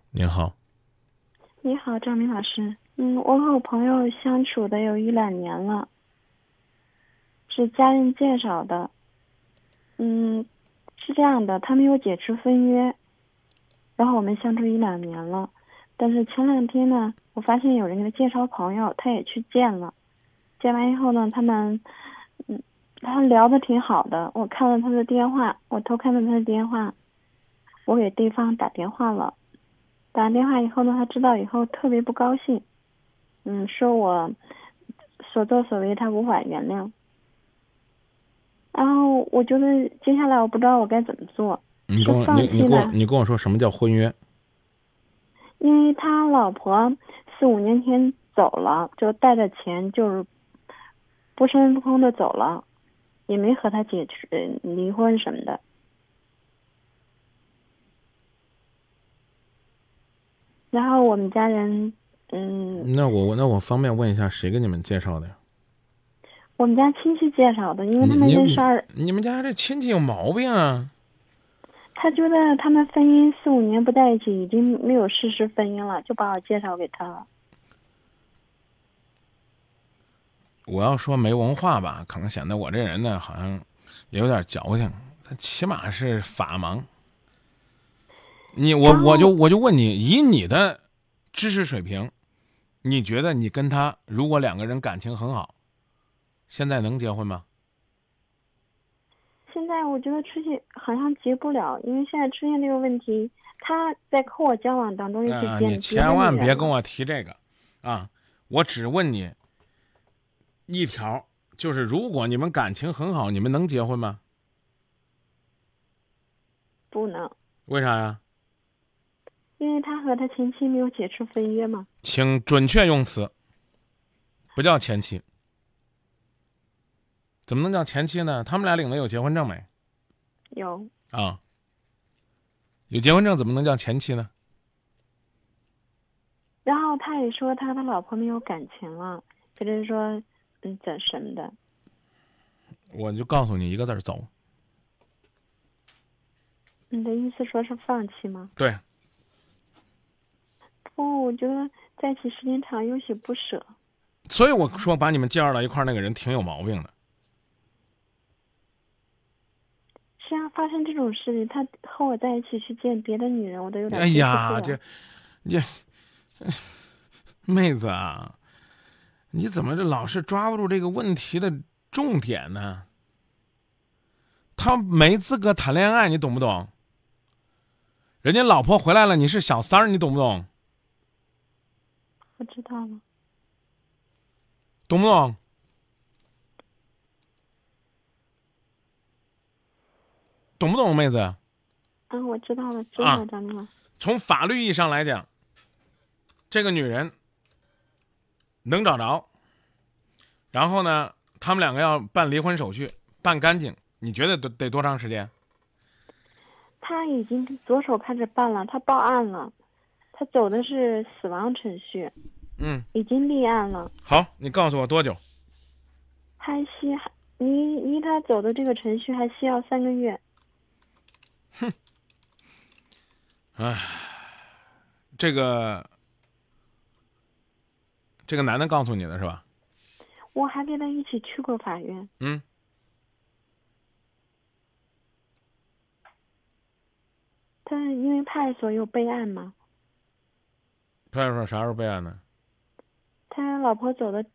您好。 你好，张明老师。我和我朋友相处的有一两年了，是家人介绍的。嗯，是这样的，他没有解除婚约，然后我们相处一两年了。但是前两天呢，我发现有人给他介绍朋友，他也去见了。见完以后呢，他聊的挺好的。我看了他的电话，我偷看了他的电话，我给对方打电话了。打完电话以后呢，他知道以后特别不高兴。说我所作所为他无法原谅。然后我觉得接下来我不知道我该怎么做，是你跟我你放弃呢？ 你跟我说什么叫婚约？ 因为他老婆4、5年前走了，就带着钱就是不声不吭的走了，也没和他解除离婚什么的。然后我们家人， 那我方便问一下，谁给你们介绍的呀？ 我们家亲戚介绍的，因为他们你你认识你们家这亲戚有毛病啊！ 他觉得他们婚姻4、5年不在一起，已经没有事实婚姻了，就把我介绍给他了。 我要说没文化吧，可能显得我这人呢好像也有点矫情。他起码是法盲。我就问你，以你的知识水平，你觉得你跟他如果两个人感情很好，现在能结婚吗？ 现在我觉得出去好像结不了，因为现在出现这个问题，他在和我交往当中又去你见别的千女人了。 万别跟我提这个啊！我只问你一条，就是如果你们感情很好，你们能结婚吗？ 不能， 为啥呀？ 因为他和他前妻没有解除婚约嘛。 请准确用词，不叫前妻。怎么能叫前妻呢？他们俩领的有结婚证没？ 有， 啊，有结婚证怎么能叫前妻呢？ 然后他也说他的老婆没有感情了，就是说，怎什么的。 我就告诉你一个字儿：走。 你的意思说是放弃吗？ 对， 不，我觉得在一起时间长有些不舍。 所以我说把你们介绍到一块儿那个人挺有毛病的。 实际上发生这种事情，他和我在一起去见别的女人，我都有点哎接受不呀， 了。 这妹子啊，你怎么这老是抓不住这个问题的重点呢？他没资格谈恋爱，你懂不懂？人家老婆回来了，你是小三儿，你懂不懂？ 我知道了。 懂不懂？懂不懂，妹子？ 我知道了，知道啊， 了，张明老师。 从法律意义上来讲，这个女人能找着，然后呢，他们两个要办离婚手续，办干净，你觉得得多长时间？ 他已经左手开始办了，他报案了，他走的是死亡程序， 嗯， 已经立案了， 好，你告诉我多久？ 离他走的这个程序还需要3个月。 这个这个男的告诉你的是吧？ 我还跟他一起去过法院， 嗯， 他因为派出所有备案嘛， 派出所啥时候备案呢？ 他老婆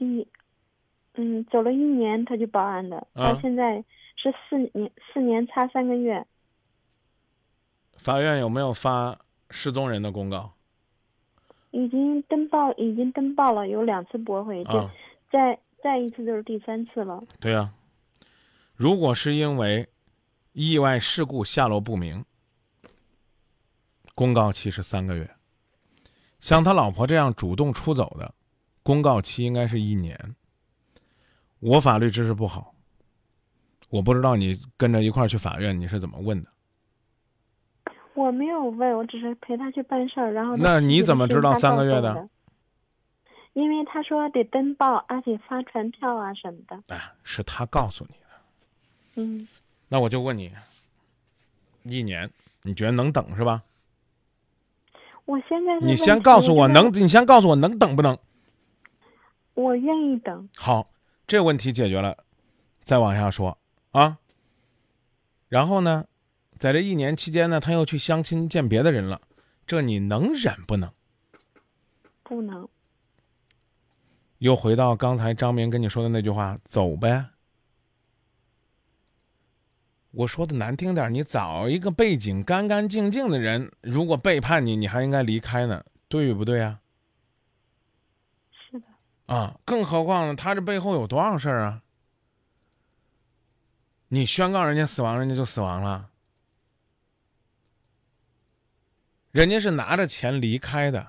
走了1年他就报案的，到啊， 现在是4年差3个月。 法院有没有发失踪人的公告？ 已经登报了，有2次驳回，这啊， 再一次就是第3次了。 对呀、如果是因为意外事故下落不明，公告期是3个月。像他老婆这样主动出走的，公告期应该是1年。我法律知识不好，我不知道你跟着一块儿去法院你是怎么问的。 我没有问，我只是陪他去办事儿，然后他那你具体的怎么知道事情他三个月的？ 告诉我的。因为他说得登报，而且发传票啊什么的。 哎，是他告诉你的。 嗯， 那我就问你，1年，你觉得能等是吧？ 我现在你先告诉我你先告诉我能等不能？ 我愿意等。 好，这个问题解决了，再往下说啊。然后呢，在这1年期间呢，他又去相亲见别的人了，这你能忍不能？ 不能。 又回到刚才张明跟你说的那句话，走呗。我说的难听点，你找一个背景干干净净的人，如果背叛你，你还应该离开呢，对不对啊？ 是的。 啊，更何况呢，他这背后有多少事儿啊？你宣告人家死亡，人家就死亡了。人家是拿着钱离开的，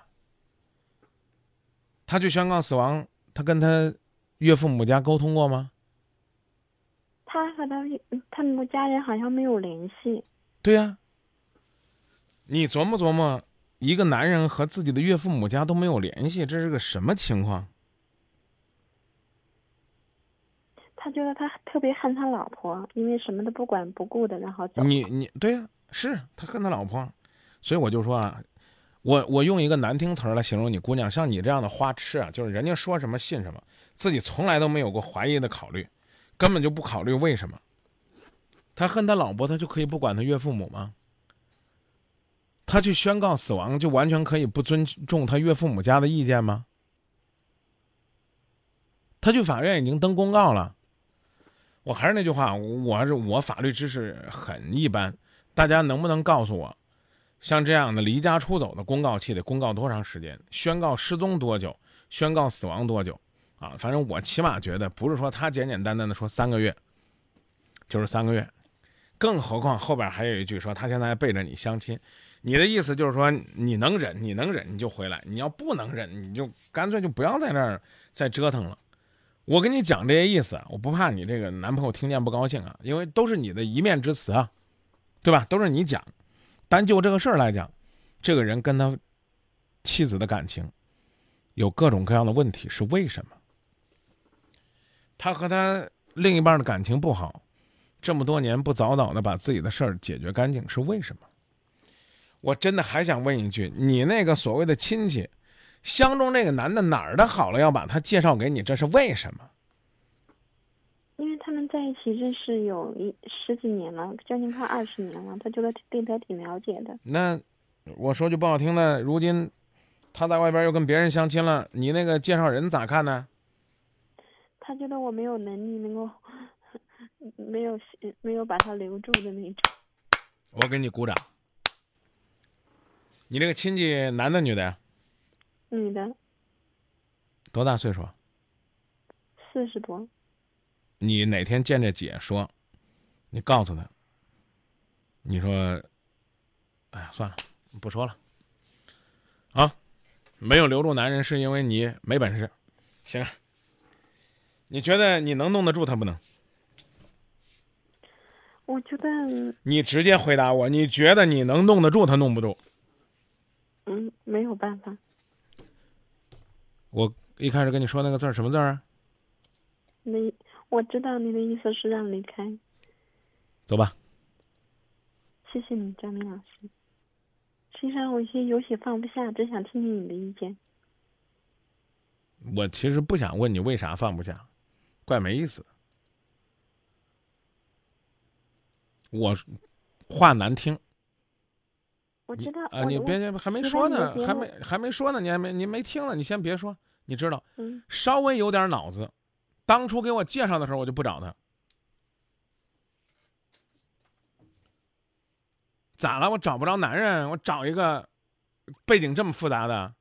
他去宣告死亡，他跟他岳父母家沟通过吗？ 他和他们家人好像没有联系。 对呀。你琢磨琢磨，一个男人和自己的岳父母家都没有联系，这是个什么情况？ 他觉得他特别恨他老婆，因为什么都不管不顾的，然后走了。 你对呀，是他恨他老婆，所以我就说啊，我用一个难听词儿来形容你姑娘，像你这样的花痴啊，就是人家说什么信什么，自己从来都没有过怀疑的考虑，根本就不考虑为什么。他恨他老婆，他就可以不管他岳父母吗？他去宣告死亡，就完全可以不尊重他岳父母家的意见吗？他去法院已经登公告了。我还是那句话，我法律知识很一般，大家能不能告诉我，像这样的离家出走的公告期得公告多长时间？宣告失踪多久？宣告死亡多久？啊，反正我起码觉得不是说他简简单单的说3个月，就是3个月。更何况后边还有一句说他现在还背着你相亲，你的意思就是说你能忍你就回来，你要不能忍你就干脆就不要在那儿再折腾了。我跟你讲这些意思，我不怕你这个男朋友听见不高兴啊，因为都是你的一面之词啊，对吧？都是你讲。单就这个事儿来讲，这个人跟他妻子的感情有各种各样的问题，是为什么？他和他另一半的感情不好，这么多年不早早的把自己的事儿解决干净，是为什么？我真的还想问一句，你那个所谓的亲戚相中这个男的哪儿的好了，要把他介绍给你，这是为什么？ 因为他们在一起认识有10几年了，将近快20年了，他觉得对他挺了解的。 那我说句不好听的，如今他在外边又跟别人相亲了，你那个介绍人咋看呢？ 他觉得我没有能力能够没有把他留住的那种。 我给你鼓掌。你这个亲戚男的女的呀？ 女的。 多大岁数 ？40多。 你哪天见这姐说，你告诉她，你说，哎呀，算了，不说了。啊，没有留住男人是因为你没本事。行啊，你觉得你能弄得住他不能？ 我觉得。 你直接回答我，你觉得你能弄得住他弄不住？ 没有办法。 我一开始跟你说那个字儿什么字儿啊？ 我知道你的意思是让离开。 走吧。 谢谢你，张明老师。实际上我有些放不下，只想听听你的意见。 我其实不想问你为啥放不下，怪没意思的。我话难听。 我知道啊，你别还没说呢，还没说呢，你没听呢，你先别说，你知道，稍微有点脑子，当初给我介绍的时候我就不找他，咋了？我找不着男人，我找一个背景这么复杂的，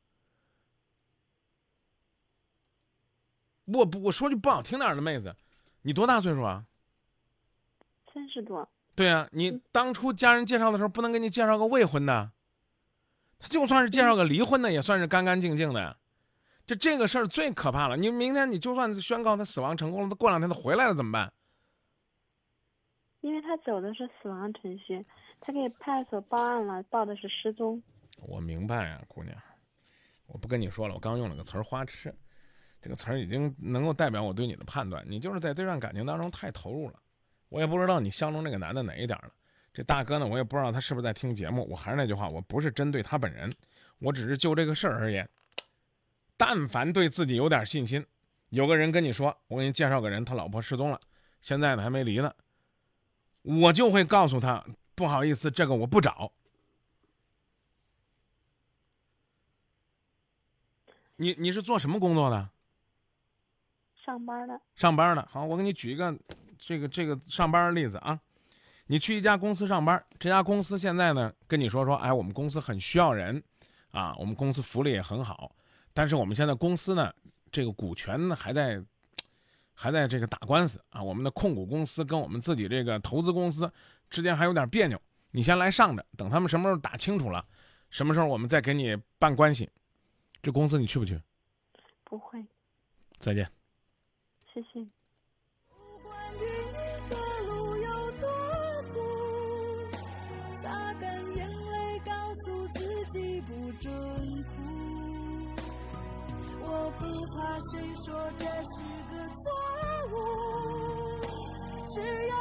我说句不好听点的妹子，你多大岁数啊 ？30多。 对啊，你当初家人介绍的时候不能给你介绍个未婚的，他就算是介绍个离婚的，也算是干干净净的呀。这个事儿最可怕了，你明天你就算宣告他死亡成功了，他过2天他回来了怎么办？ 因为他走的是死亡程序，他给派出所报案了，报的是失踪。 我明白啊，姑娘，我不跟你说了，我刚用了个词儿花痴，这个词儿已经能够代表我对你的判断，你就是在这段感情当中太投入了。我也不知道你相中这个男的哪一点了。这大哥呢，我也不知道他是不是在听节目。我还是那句话，我不是针对他本人， 我只是就这个事儿而言，但凡对自己有点信心，有个人跟你说，我给你介绍个人，他老婆失踪了，现在呢还没离呢，我就会告诉他，不好意思，这个我不找。你是做什么工作的？ 上班的。 上班的。好，我给你举一个这个上班的例子啊。你去一家公司上班，这家公司现在呢跟你说，哎，我们公司很需要人啊，我们公司福利也很好，但是我们现在公司呢这个股权呢还在这个打官司啊，我们的控股公司跟我们自己这个投资公司之间还有点别扭，你先来上的，等他们什么时候打清楚了，什么时候我们再给你办关系。这公司你去不去？ 不会。 再见。 谢谢。 不管云的路有多苦，擦干眼泪，告诉自己不准哭。我不怕谁说这是个错误，只要